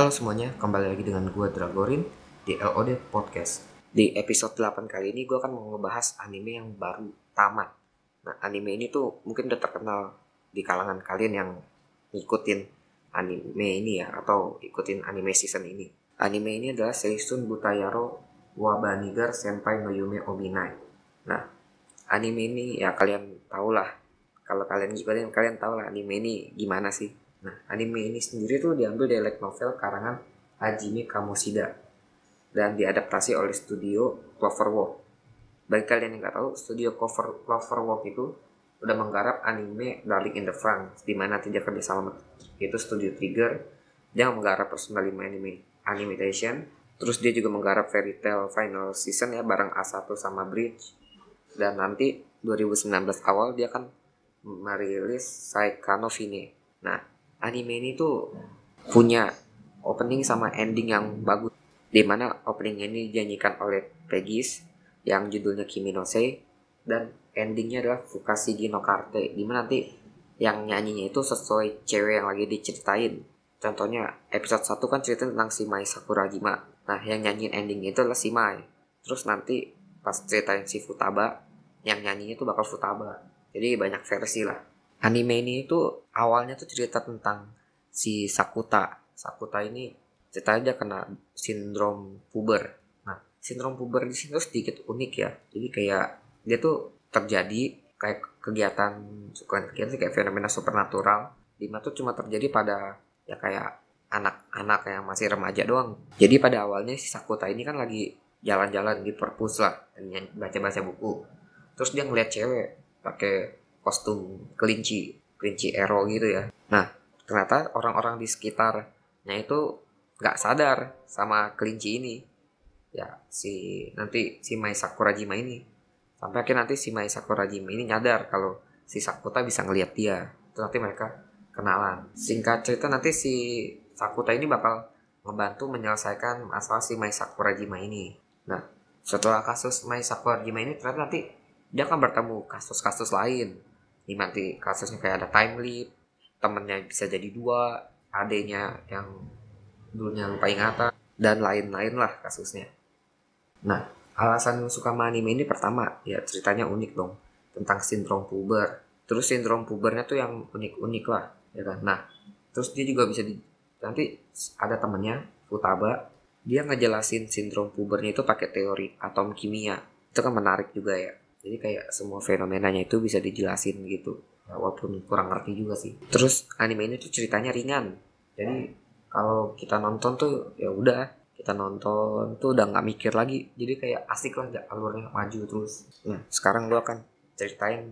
Halo semuanya, kembali lagi dengan gue Dragorin di LOD Podcast. Di episode 8 kali ini gue akan mau ngebahas anime yang baru tamat. Nah, anime ini tuh mungkin udah terkenal di kalangan kalian yang ngikutin anime ini ya, atau ikutin anime season ini. Anime ini adalah Seishun Butayaro Wabanigar Senpai no Yume Ominai. Nah, anime ini ya kalian tau lah. Kalau kalian ngikutin, kalian tau lah anime ini gimana sih. Nah, anime ini sendiri tuh diambil dari light novel karangan Hajime Kamoshida dan diadaptasi oleh studio Cloverworks. Bagi kalian yang nggak tahu, studio Cloverworks itu udah menggarap anime Darling in the Franxx, di mana tidak kerjasama itu studio Trigger. Dia menggarap Persona 5 Animation. Terus dia juga menggarap Fairy Tail Final Season ya bareng A1 sama Bridge. Dan nanti 2019 awal dia akan merilis Saikano Fine. Nah, anime ini tuh punya opening sama ending yang bagus, di mana opening ini dinyanyikan oleh Pegis yang judulnya Kimi no Sei, dan endingnya adalah Fukashigi no Karte, di mana nanti yang nyanyinya itu sesuai cewek yang lagi diceritain. Contohnya episode 1 kan cerita tentang si Mai Sakurajima. Nah, yang nyanyiin ending itu adalah si Mai. Terus nanti pas ceritain si Futaba, yang nyanyinya itu bakal Futaba. Jadi banyak versi lah. Anime ini itu awalnya tuh cerita tentang si Sakuta. Sakuta ini ceritanya dia kena sindrom puber. Nah, sindrom puber di sini tuh sedikit unik ya. Jadi kayak dia tuh terjadi kayak kayak fenomena supernatural. Dimana tuh cuma terjadi pada ya kayak anak-anak yang masih remaja doang. Jadi pada awalnya si Sakuta ini kan lagi jalan-jalan di perpus lah, baca-baca buku. Terus dia ngeliat cewek pakai kostum kelinci ero gitu ya. Nah, ternyata orang-orang di sekitarnya itu nggak sadar sama kelinci ini. Ya, si Mai Sakurajima ini. Sampai akhirnya nanti si Mai Sakurajima ini nyadar kalau si Sakuta bisa ngelihat dia. Terus nanti mereka kenalan. Singkat cerita nanti si Sakuta ini bakal ngebantu menyelesaikan masalah si Mai Sakurajima ini. Nah, setelah kasus Mai Sakurajima ini ternyata nanti dia akan bertemu kasus-kasus lain. Ini nanti kasusnya kayak ada time leap, temennya bisa jadi 2, adanya yang dulunya lupa ingatan, dan lain-lain lah kasusnya. Nah, alasan suka sama anime ini pertama, ya ceritanya unik dong, tentang sindrom puber. Terus sindrom pubernya tuh yang unik-unik lah, ya kan. Nah, terus dia juga bisa nanti ada temennya, Futaba, dia ngejelasin sindrom pubernya itu pakai teori atom kimia. Itu kan menarik juga ya. Jadi kayak semua fenomenanya itu bisa dijelasin gitu. Ya, walaupun kurang ngerti juga sih. Terus anime ini tuh ceritanya ringan. Jadi kalau kita nonton tuh ya udah, kita nonton tuh udah nggak mikir lagi. Jadi kayak asik lah alurnya maju terus. Nah, sekarang gue akan ceritain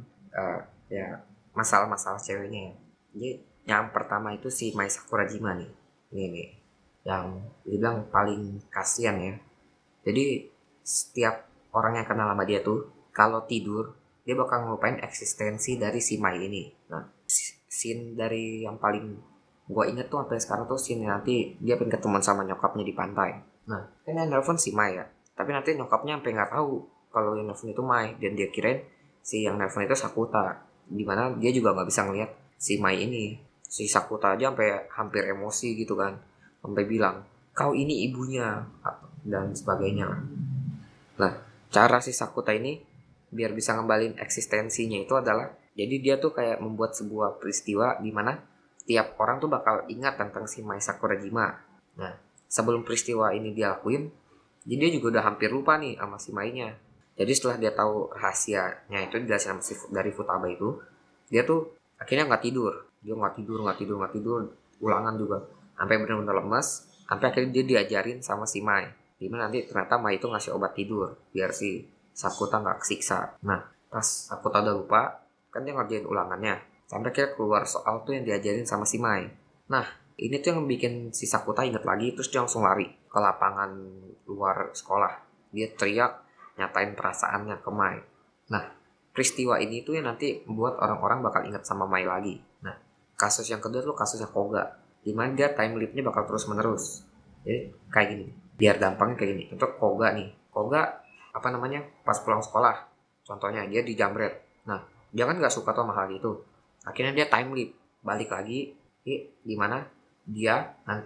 ya masalah-masalah ceweknya ya. Jadi yang pertama itu si Mai Sakurajima nih. Ini nih yang dibilang paling kasihan ya. Jadi setiap orang yang kenal sama dia tuh kalau tidur dia bakal ngelupain eksistensi dari si Mai ini. Nah, scene dari yang paling gue inget tuh sampai sekarang tuh scene nanti dia pengen ketemuan sama nyokapnya di pantai. Nah, kan yang nelfon si Mai ya. Tapi nanti nyokapnya sampai nggak tahu kalau yang nelfon itu Mai, dan dia kirain si yang nelfon itu Sakuta. Dimana dia juga nggak bisa ngeliat si Mai ini. Si Sakuta aja sampai hampir emosi gitu kan, sampai bilang kau ini ibunya dan sebagainya. Nah, cara si Sakuta ini biar bisa ngembalin eksistensinya itu adalah jadi dia tuh kayak membuat sebuah peristiwa di mana tiap orang tuh bakal ingat tentang si Mai Sakurajima. Nah, sebelum peristiwa ini dia lakuin, jadi dia juga udah hampir lupa nih sama si Mai-nya. Jadi setelah dia tahu rahasianya itu dijelasin sama dari Futaba itu, dia tuh akhirnya nggak tidur. Dia nggak tidur, ulangan juga. Sampai benar-benar lemas, sampai akhirnya dia diajarin sama si Mai. Dimana nanti ternyata Mai itu ngasih obat tidur biar si Sakuta nggak kesiksa. Nah, pas Sakuta udah lupa, kan dia ngerjain ulangannya. Sampai kira keluar soal tuh yang diajarin sama si Mai. Nah, ini tuh yang bikin si Sakuta inget lagi, terus dia langsung lari ke lapangan luar sekolah. Dia teriak, nyatain perasaannya ke Mai. Nah, peristiwa ini tuh yang nanti membuat orang-orang bakal inget sama Mai lagi. Nah, kasus yang kedua tuh kasusnya Koga, dimana dia time loop-nya bakal terus menerus. Jadi kayak gini, biar gampangnya kayak gini. Untuk Koga nih, Koga apa namanya pas pulang sekolah, contohnya dia dijamret. Nah, dia kan nggak suka tuh sama hal itu. Akhirnya dia time leap, balik lagi di mana dia nanti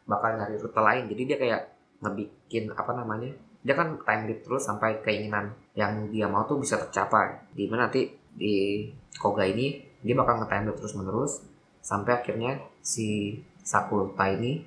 bakal nyari rute lain. Jadi dia kayak ngebikin dia kan time loop terus sampai keinginan yang dia mau tuh bisa tercapai. Dimana nanti di Koga ini dia bakal nge-time loop terus menerus sampai akhirnya si Sakuta ini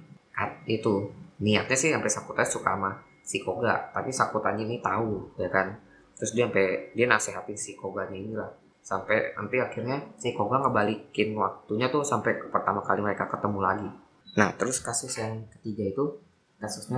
itu niatnya sih sampai Sakuta suka sama si Koga, tapi Sakutanya ini tahu ya kan. Terus dia nasehatin si Koganya ini lah, sampai nanti akhirnya si Koga ngebalikin waktunya tuh sampai ke pertama kali mereka ketemu lagi. Nah terus kasus yang ketiga itu kasusnya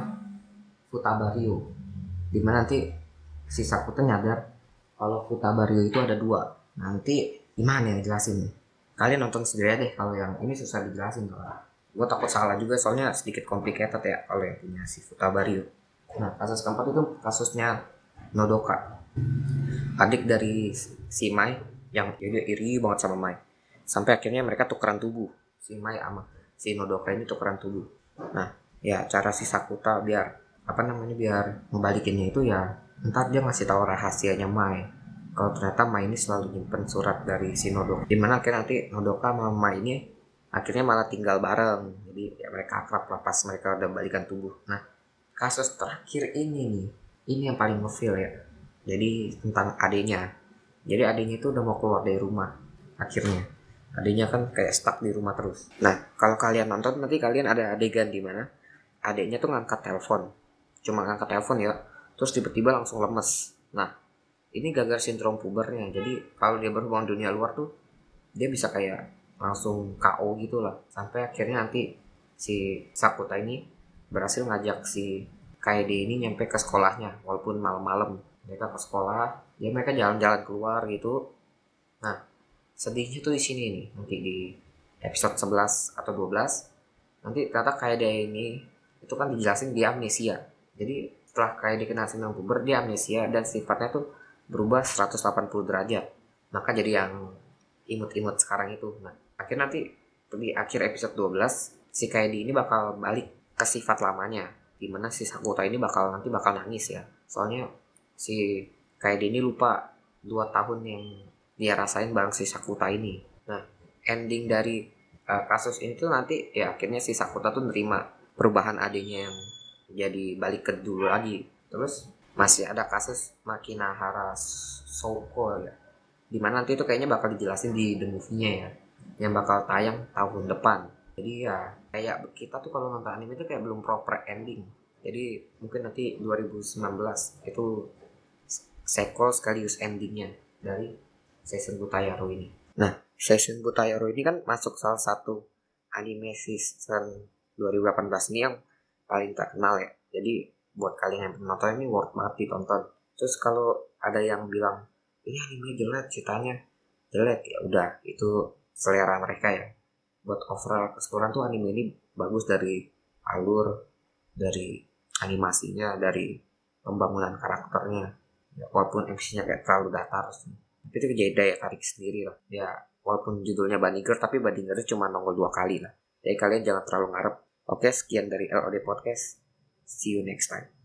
Futabario, dimana nanti si Sakuta nyadar kalau Futabario itu ada dua. Nanti gimana ya jelasin nih, kalian nonton sendiri deh, kalau yang ini susah dijelasin tuh. Gue takut salah juga soalnya sedikit complicated ya kalau yang punya si Futabario. Nah kasus keempat itu kasusnya Nodoka, adik dari si Mai yang dia iri banget sama Mai, sampai akhirnya mereka tukeran tubuh, si Mai sama si Nodoka ini tukeran tubuh. Nah ya cara si Sakuta biar biar membalikinnya itu ya ntar dia ngasih tahu rahasianya Mai, kalau ternyata Mai ini selalu nyimpen surat dari si Nodoka, dimana akhirnya nanti Nodoka sama Mai ini akhirnya malah tinggal bareng. Jadi ya mereka akrab lah pas mereka udah balikan tubuh. Nah kasus terakhir ini yang paling ngefeel ya, jadi tentang adenya. Jadi adenya itu udah mau keluar dari rumah akhirnya. Adenya kan kayak stuck di rumah terus. Nah kalau kalian nonton nanti kalian ada adegan di mana adeknya tuh ngangkat telepon, cuma ngangkat telepon ya, terus tiba-tiba langsung lemes. Nah ini gagal sindrom pubernya, jadi kalau dia berhubungan dunia luar tuh dia bisa kayak langsung KO gitu lah. Sampai akhirnya nanti si Sakuta ini berhasil ngajak si Kaede ini nyampe ke sekolahnya walaupun malam-malam. Mereka ke sekolah, ya mereka jalan-jalan keluar gitu. Nah sedihnya tuh di sini nih, nanti di episode 11 atau 12 nanti kata Kaede ini itu kan dijelasin dia amnesia. Jadi setelah Kaede kena sindrom puber dia amnesia dan sifatnya tuh berubah 180 derajat. Maka jadi yang imut-imut sekarang itu. Nah akhirnya nanti di akhir episode 12 si Kaede ini bakal balik ke sifat lamanya, dimana si Sakuta ini bakal nangis ya, soalnya si Kaede ini lupa 2 tahun yang dia rasain bareng si Sakuta ini. Nah ending dari kasus ini tuh nanti ya akhirnya si Sakuta tuh nerima perubahan adanya yang jadi balik ke dulu lagi. Terus masih ada kasus Makinahara Souko ya, dimana nanti itu kayaknya bakal dijelasin di the movie-nya ya, yang bakal tayang tahun depan. Jadi ya kayak kita tuh kalau nonton anime itu kayak belum proper ending. Jadi mungkin nanti 2019 itu sequel sekaligus endingnya dari Season Butayaro ini. Nah Season Butayaro ini kan masuk salah satu anime season 2018 ini yang paling terkenal ya. Jadi buat kalian yang nonton ini worth banget ditonton. Terus kalau ada yang bilang ini anime jelek, ceritanya jelek, ya udah itu selera mereka ya. Buat overall keseluruhan tuh anime ini bagus, dari alur, dari animasinya, dari pembangunan karakternya ya, walaupun MC-nya kayak terlalu datar sih. Tapi itu jadi daya tarik sendiri lah ya, walaupun judulnya Bandiger tapi Bandigernya cuma nongol 2 kali lah. Jadi kalian jangan terlalu ngarep. Oke, sekian dari LOD Podcast, see you next time.